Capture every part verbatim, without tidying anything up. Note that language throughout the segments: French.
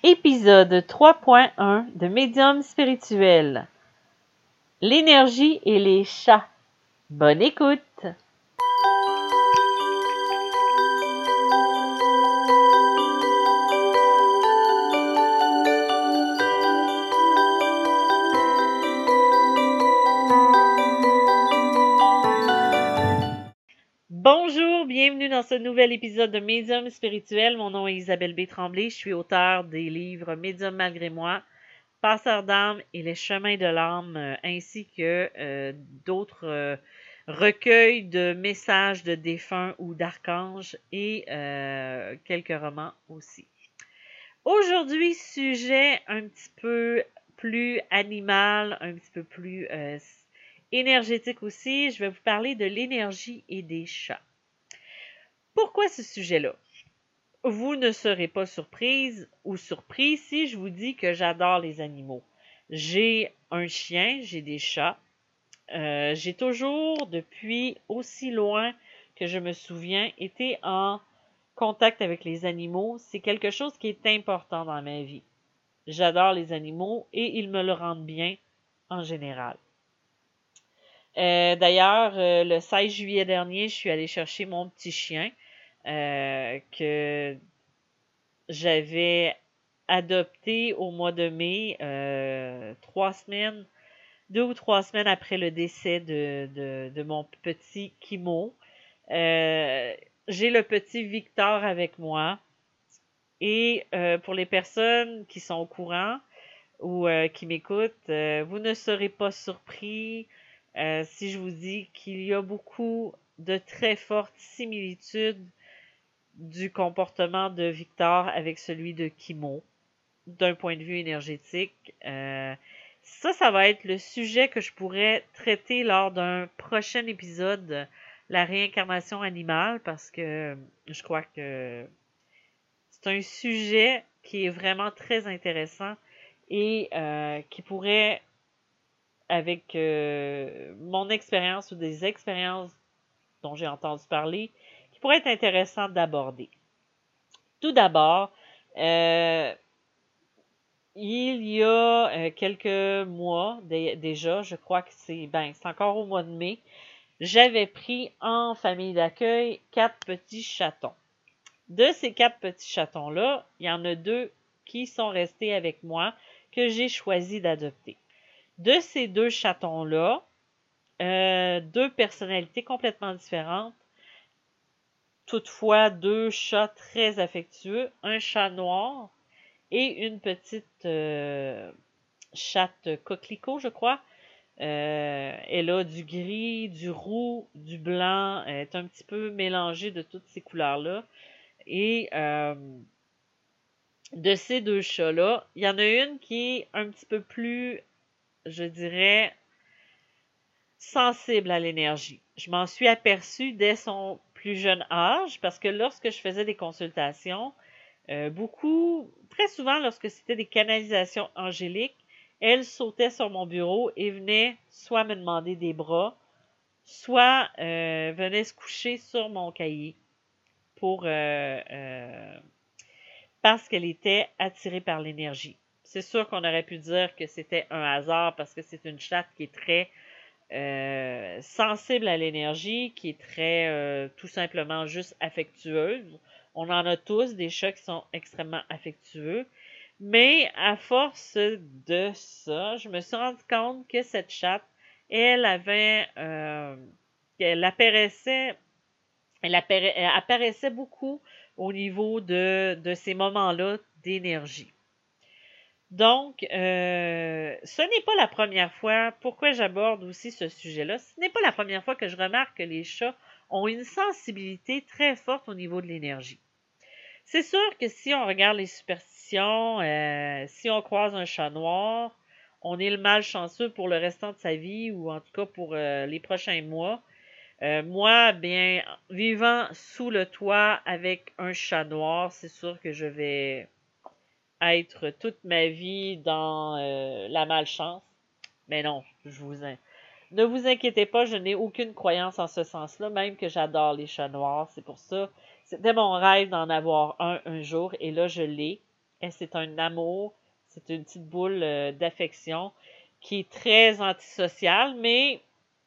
Épisode trois point un de Médium spirituel. L'énergie et les chats. Bonne écoute! Bonjour, bienvenue dans ce nouvel épisode de Médium spirituel. Mon nom est Isabelle B. Tremblay. Je suis auteure des livres Médium malgré moi, Passeur d'âme et Les chemins de l'âme, euh, ainsi que euh, d'autres euh, recueils de messages de défunts ou d'archanges et euh, quelques romans aussi. Aujourd'hui, sujet un petit peu plus animal, un petit peu plus euh, énergétique aussi. Je vais vous parler de l'énergie et des chats. Pourquoi ce sujet-là? Vous ne serez pas surprise ou surpris si je vous dis que j'adore les animaux. J'ai un chien, j'ai des chats. Euh, j'ai toujours, depuis aussi loin que je me souviens, été en contact avec les animaux. C'est quelque chose qui est important dans ma vie. J'adore les animaux et ils me le rendent bien en général. Euh, d'ailleurs, euh, le seize juillet dernier, je suis allée chercher mon petit chien euh, que j'avais adopté au mois de mai, euh, trois semaines, deux ou trois semaines après le décès de, de, de mon petit Kimo. Euh, j'ai le petit Victor avec moi. Et euh, pour les personnes qui sont au courant ou euh, qui m'écoutent, euh, vous ne serez pas surpris euh, si je vous dis qu'il y a beaucoup de très fortes similitudes du comportement de Victor avec celui de Kimo, d'un point de vue énergétique. Euh, ça, ça va être le sujet que je pourrais traiter lors d'un prochain épisode, la réincarnation animale, parce que je crois que c'est un sujet qui est vraiment très intéressant et euh, qui pourrait, avec euh, mon expérience ou des expériences dont j'ai entendu parler, qui pourrait être intéressant d'aborder. Tout d'abord, euh, il y a euh, quelques mois dé- déjà, je crois que c'est ben, c'est encore au mois de mai, j'avais pris en famille d'accueil quatre petits chatons. De ces quatre petits chatons-là, il y en a deux qui sont restés avec moi, que j'ai choisi d'adopter. De ces deux chatons-là, euh, deux personnalités complètement différentes, toutefois deux chats très affectueux, un chat noir et une petite euh, chatte coquelicot, je crois. Euh, elle a du gris, du roux, du blanc, elle est un petit peu mélangée de toutes ces couleurs-là. Et euh, de ces deux chats-là, il y en a une qui est un petit peu plus, je dirais, sensible à l'énergie. Je m'en suis aperçue dès son plus jeune âge parce que lorsque je faisais des consultations, euh, beaucoup, très souvent lorsque c'était des canalisations angéliques, elle sautait sur mon bureau et venait soit me demander des bras, soit euh, venait se coucher sur mon cahier pour euh, euh, parce qu'elle était attirée par l'énergie. C'est sûr qu'on aurait pu dire que c'était un hasard parce que c'est une chatte qui est très euh, sensible à l'énergie, qui est très euh, tout simplement juste affectueuse. On en a tous des chats qui sont extrêmement affectueux. Mais à force de ça, je me suis rendu compte que cette chatte, elle avait, euh, elle apparaissait, elle, appara- elle apparaissait beaucoup au niveau de, de ces moments-là d'énergie. Donc, euh, ce n'est pas la première fois, pourquoi j'aborde aussi ce sujet-là, ce n'est pas la première fois que je remarque que les chats ont une sensibilité très forte au niveau de l'énergie. C'est sûr que si on regarde les superstitions, euh, si on croise un chat noir, on est le malchanceux pour le restant de sa vie ou en tout cas pour euh, les prochains mois. Euh, moi, bien, vivant sous le toit avec un chat noir, c'est sûr que je vais être toute ma vie dans euh, la malchance. Mais non, je vous in... ne vous inquiétez pas, je n'ai aucune croyance en ce sens-là, même que j'adore les chats noirs. C'est pour ça, c'était mon rêve d'en avoir un un jour, et là, je l'ai. Et c'est un amour, c'est une petite boule euh, d'affection qui est très antisociale, mais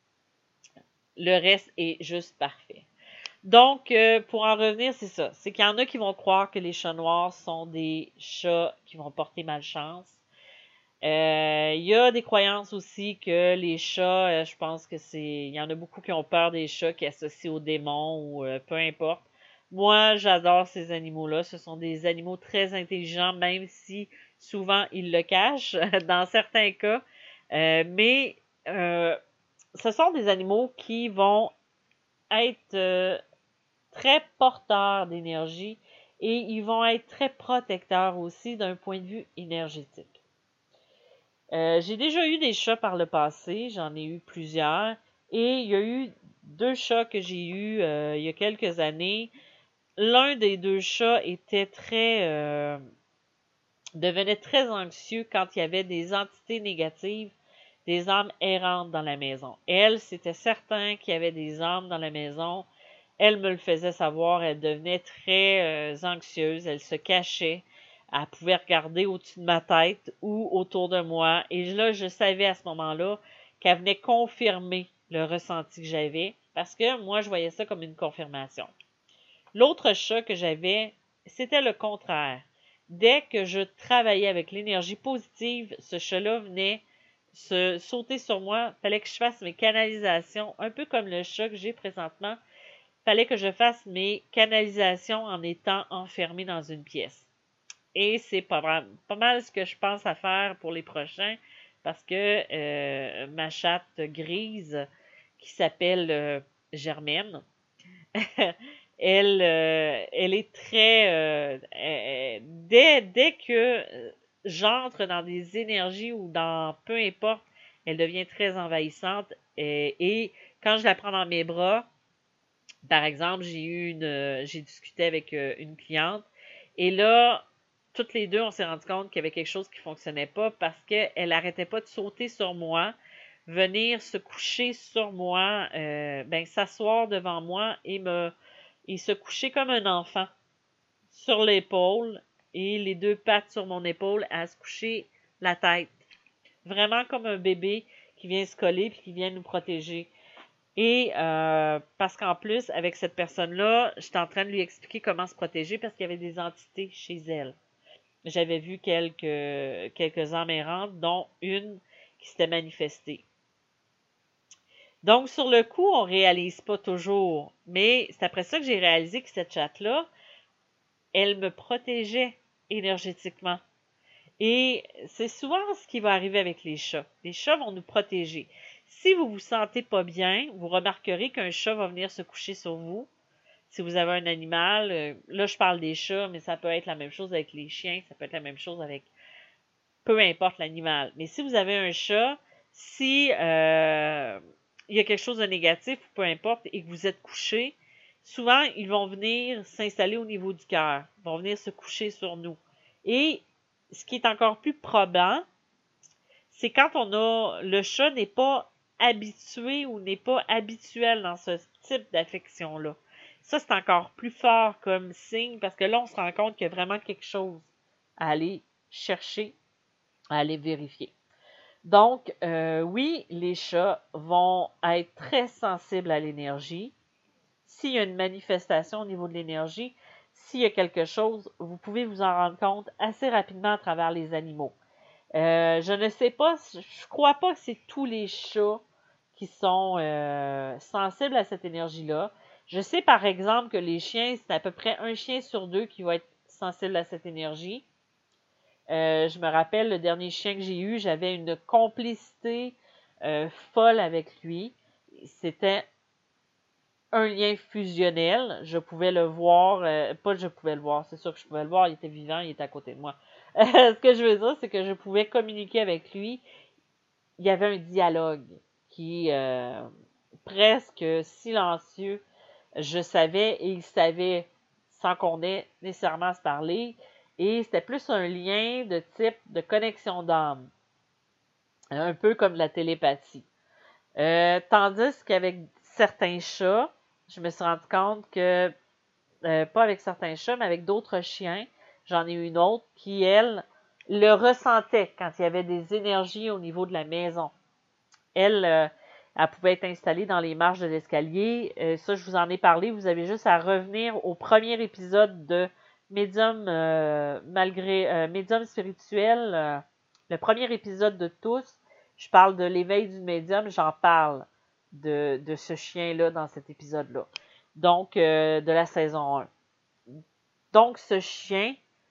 le reste est juste parfait. Donc, euh, pour en revenir, c'est ça. C'est qu'il y en a qui vont croire que les chats noirs sont des chats qui vont porter malchance. Euh, il y a des croyances aussi que les chats, euh, je pense que c'est... Il y en a beaucoup qui ont peur des chats qui associent aux démons ou euh, peu importe. Moi, j'adore ces animaux-là. Ce sont des animaux très intelligents, même si souvent ils le cachent dans certains cas. Euh, mais euh, ce sont des animaux qui vont être euh, très porteurs d'énergie et ils vont être très protecteurs aussi d'un point de vue énergétique. Euh, j'ai déjà eu des chats par le passé, j'en ai eu plusieurs, et il y a eu deux chats que j'ai eus euh, il y a quelques années. L'un des deux chats était très euh, devenait très anxieux quand il y avait des entités négatives, des âmes errantes dans la maison. Elle, c'était certain qu'il y avait des âmes dans la maison. Elle me le faisait savoir, elle devenait très euh, anxieuse, elle se cachait, elle pouvait regarder au-dessus de ma tête ou autour de moi. Et là, je savais à ce moment-là qu'elle venait confirmer le ressenti que j'avais, parce que moi, je voyais ça comme une confirmation. L'autre chat que j'avais, c'était le contraire. Dès que je travaillais avec l'énergie positive, ce chat-là venait se sauter sur moi. Il fallait que je fasse mes canalisations, un peu comme le chat que j'ai présentement. Fallait que je fasse mes canalisations en étant enfermé dans une pièce. Et c'est pas, pas mal ce que je pense à faire pour les prochains, parce que euh, ma chatte grise, qui s'appelle euh, Germaine, elle, euh, elle est très... euh, euh, dès, dès que j'entre dans des énergies ou dans peu importe, elle devient très envahissante. Et, et quand je la prends dans mes bras, par exemple, j'ai eu une, euh, j'ai discuté avec euh, une cliente et là, toutes les deux, on s'est rendu compte qu'il y avait quelque chose qui fonctionnait pas parce qu'elle arrêtait pas de sauter sur moi, venir se coucher sur moi, euh, ben s'asseoir devant moi et me et se coucher comme un enfant sur l'épaule et les deux pattes sur mon épaule à se coucher la tête. Vraiment comme un bébé qui vient se coller puis qui vient nous protéger. Et euh, parce qu'en plus, avec cette personne-là, j'étais en train de lui expliquer comment se protéger parce qu'il y avait des entités chez elle. J'avais vu quelques, quelques âmes errantes, dont une qui s'était manifestée. Donc, sur le coup, on réalise pas toujours. Mais c'est après ça que j'ai réalisé que cette chatte-là, elle me protégeait énergétiquement. Et c'est souvent ce qui va arriver avec les chats. Les chats vont nous protéger. Si vous vous sentez pas bien, vous remarquerez qu'un chat va venir se coucher sur vous. Si vous avez un animal, euh, là je parle des chats, mais ça peut être la même chose avec les chiens, ça peut être la même chose avec peu importe l'animal. Mais si vous avez un chat, si euh, il y a quelque chose de négatif, peu importe, et que vous êtes couché, souvent ils vont venir s'installer au niveau du cœur, ils vont venir se coucher sur nous. Et ce qui est encore plus probant, c'est quand on a le chat n'est pas habitué ou n'est pas habituel dans ce type d'affection-là. Ça, c'est encore plus fort comme signe parce que là, on se rend compte qu'il y a vraiment quelque chose à aller chercher, à aller vérifier. Donc, euh, oui, les chats vont être très sensibles à l'énergie. S'il y a une manifestation au niveau de l'énergie, s'il y a quelque chose, vous pouvez vous en rendre compte assez rapidement à travers les animaux. Euh, je ne sais pas, je crois pas que c'est tous les chats qui sont euh, sensibles à cette énergie-là. Je sais par exemple que les chiens, c'est à peu près un chien sur deux qui va être sensible à cette énergie. Euh, je me rappelle, le dernier chien que j'ai eu, j'avais une complicité euh, folle avec lui. C'était un lien fusionnel. Je pouvais le voir, euh, pas je pouvais le voir, c'est sûr que je pouvais le voir, il était vivant, il était à côté de moi. Ce que je veux dire, c'est que je pouvais communiquer avec lui. Il y avait un dialogue qui euh, presque silencieux. Je savais et il savait sans qu'on ait nécessairement à se parler. Et c'était plus un lien de type de connexion d'âme. Un peu comme de la télépathie. Euh, tandis qu'avec certains chats, je me suis rendu compte que, euh, pas avec certains chats, mais avec d'autres chiens, j'en ai une autre qui, elle, le ressentait quand il y avait des énergies au niveau de la maison. Elle, euh, elle pouvait être installée dans les marches de l'escalier. Euh, ça, je vous en ai parlé. Vous avez juste à revenir au premier épisode de Médium euh, malgré euh, Médium spirituel. Euh, le premier épisode de tous. Je parle de l'éveil du médium. J'en parle de, de ce chien-là dans cet épisode-là. Donc, euh, de la saison un. Donc, ce chien,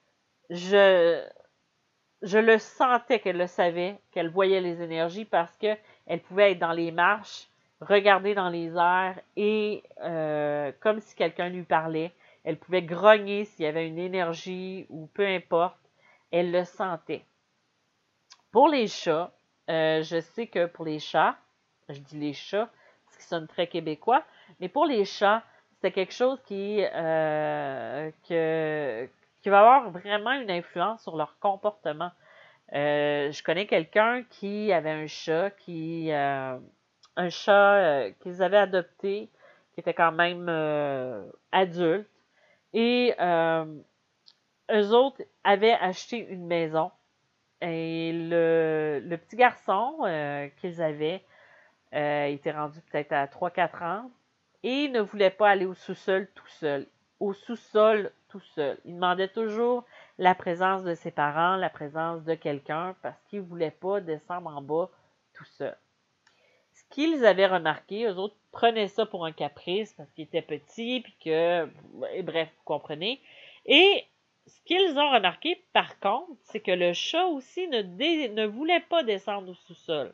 je, je le sentais qu'elle le savait, qu'elle voyait les énergies parce que elle pouvait être dans les marches, regarder dans les airs et euh, comme si quelqu'un lui parlait. Elle pouvait grogner s'il y avait une énergie ou peu importe. Elle le sentait. Pour les chats, euh, je sais que pour les chats, je dis les chats, ce qui sonne très québécois, mais pour les chats, c'est quelque chose qui, euh, que, qui va avoir vraiment une influence sur leur comportement. Euh, je connais quelqu'un qui avait un chat, qui euh, un chat euh, qu'ils avaient adopté, qui était quand même euh, adulte, et euh, eux autres avaient acheté une maison. Et le, le petit garçon euh, qu'ils avaient euh, était rendu peut-être à trois quatre ans et ne voulait pas aller au sous-sol tout seul. Au sous-sol tout seul. Il demandait toujours la présence de ses parents, la présence de quelqu'un parce qu'il ne voulait pas descendre en bas tout seul. Ce qu'ils avaient remarqué, eux autres prenaient ça pour un caprice parce qu'il était petit puis que, et bref, vous comprenez. Et ce qu'ils ont remarqué, par contre, c'est que le chat aussi ne, dé, ne voulait pas descendre au sous-sol.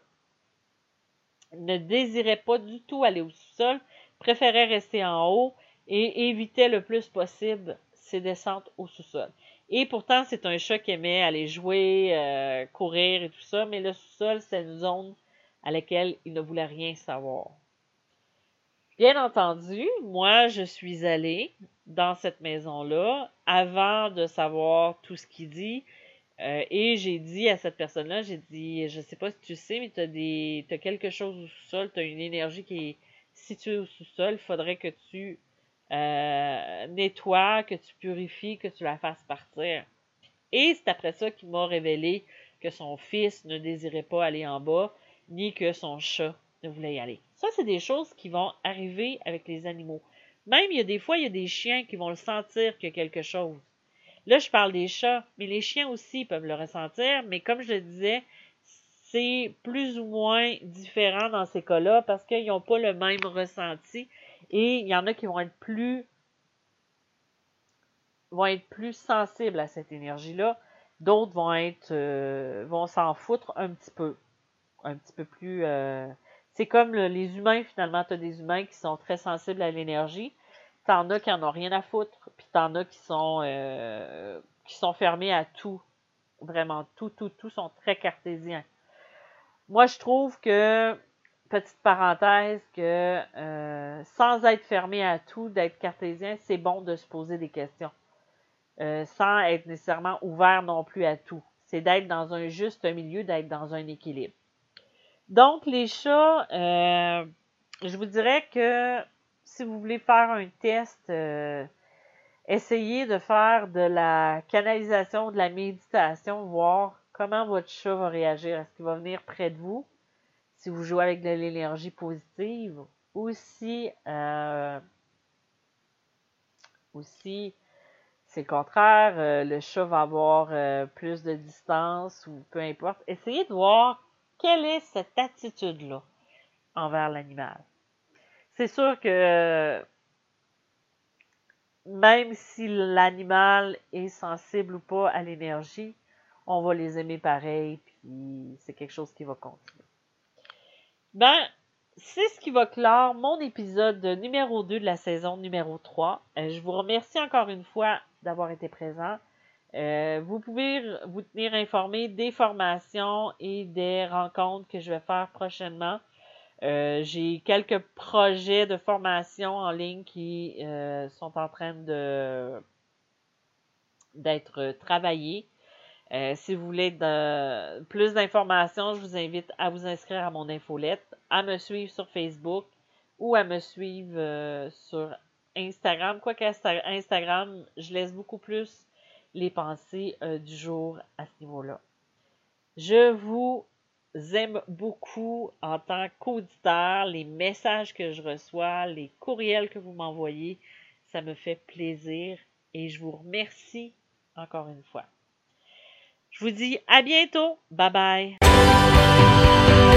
Il ne désirait pas du tout aller au sous-sol, préférait rester en haut et évitait le plus possible ses descentes au sous-sol. Et pourtant, c'est un chat qui aimait aller jouer, euh, courir et tout ça, mais le sous-sol, c'est une zone à laquelle il ne voulait rien savoir. Bien entendu, moi, je suis allée dans cette maison-là avant de savoir tout ce qu'il dit. Euh, et j'ai dit à cette personne-là, j'ai dit, je sais pas si tu sais, mais tu as des, t'as quelque chose au sous-sol, tu as une énergie qui est située au sous-sol, il faudrait que tu euh, nettoies, que tu purifies, que tu la fasses partir. Et c'est après ça qu'il m'a révélé que son fils ne désirait pas aller en bas, ni que son chat ne voulait y aller. Ça, c'est des choses qui vont arriver avec les animaux. Même, il y a des fois, il y a des chiens qui vont le sentir qu'il y a quelque chose. Là, je parle des chats, mais les chiens aussi peuvent le ressentir, mais comme je le disais, c'est plus ou moins différent dans ces cas-là parce qu'ils n'ont pas le même ressenti et il y en a qui vont être plus vont être plus sensibles à cette énergie-là. D'autres vont être euh, vont s'en foutre un petit peu. Un petit peu plus euh, c'est comme le, les humains, finalement, tu as des humains qui sont très sensibles à l'énergie. T'en as qui en ont rien à foutre, puis t'en as qui sont euh, qui sont fermés à tout. Vraiment, tout, tout, tout sont très cartésiens. Moi, je trouve que, petite parenthèse, que euh, sans être fermé à tout, d'être cartésien, c'est bon de se poser des questions. Euh, sans être nécessairement ouvert non plus à tout. C'est d'être dans un juste milieu, d'être dans un équilibre. Donc, les chats, euh, je vous dirais que si vous voulez faire un test, euh, essayez de faire de la canalisation, de la méditation, voir comment votre chat va réagir. Est-ce qu'il va venir près de vous si vous jouez avec de l'énergie positive ou si, euh, ou si c'est le contraire, euh, le chat va avoir euh, plus de distance ou peu importe. Essayez de voir quelle est cette attitude-là envers l'animal. C'est sûr que même si l'animal est sensible ou pas à l'énergie, on va les aimer pareil, puis c'est quelque chose qui va continuer. Ben, c'est ce qui va clore mon épisode numéro deux de la saison numéro trois. Euh, je vous remercie encore une fois d'avoir été présent. Euh, vous pouvez vous tenir informé des formations et des rencontres que je vais faire prochainement. Euh, j'ai quelques projets de formation en ligne qui euh, sont en train de d'être travaillés. Euh, si vous voulez de, plus d'informations, je vous invite à vous inscrire à mon infolette, à me suivre sur Facebook ou à me suivre euh, sur Instagram. Quoique Instagram, je laisse beaucoup plus les pensées euh, du jour à ce niveau-là. Je vous aime beaucoup en tant qu'auditeur, les messages que je reçois, les courriels que vous m'envoyez, ça me fait plaisir et je vous remercie encore une fois. Je vous dis à bientôt. Bye bye.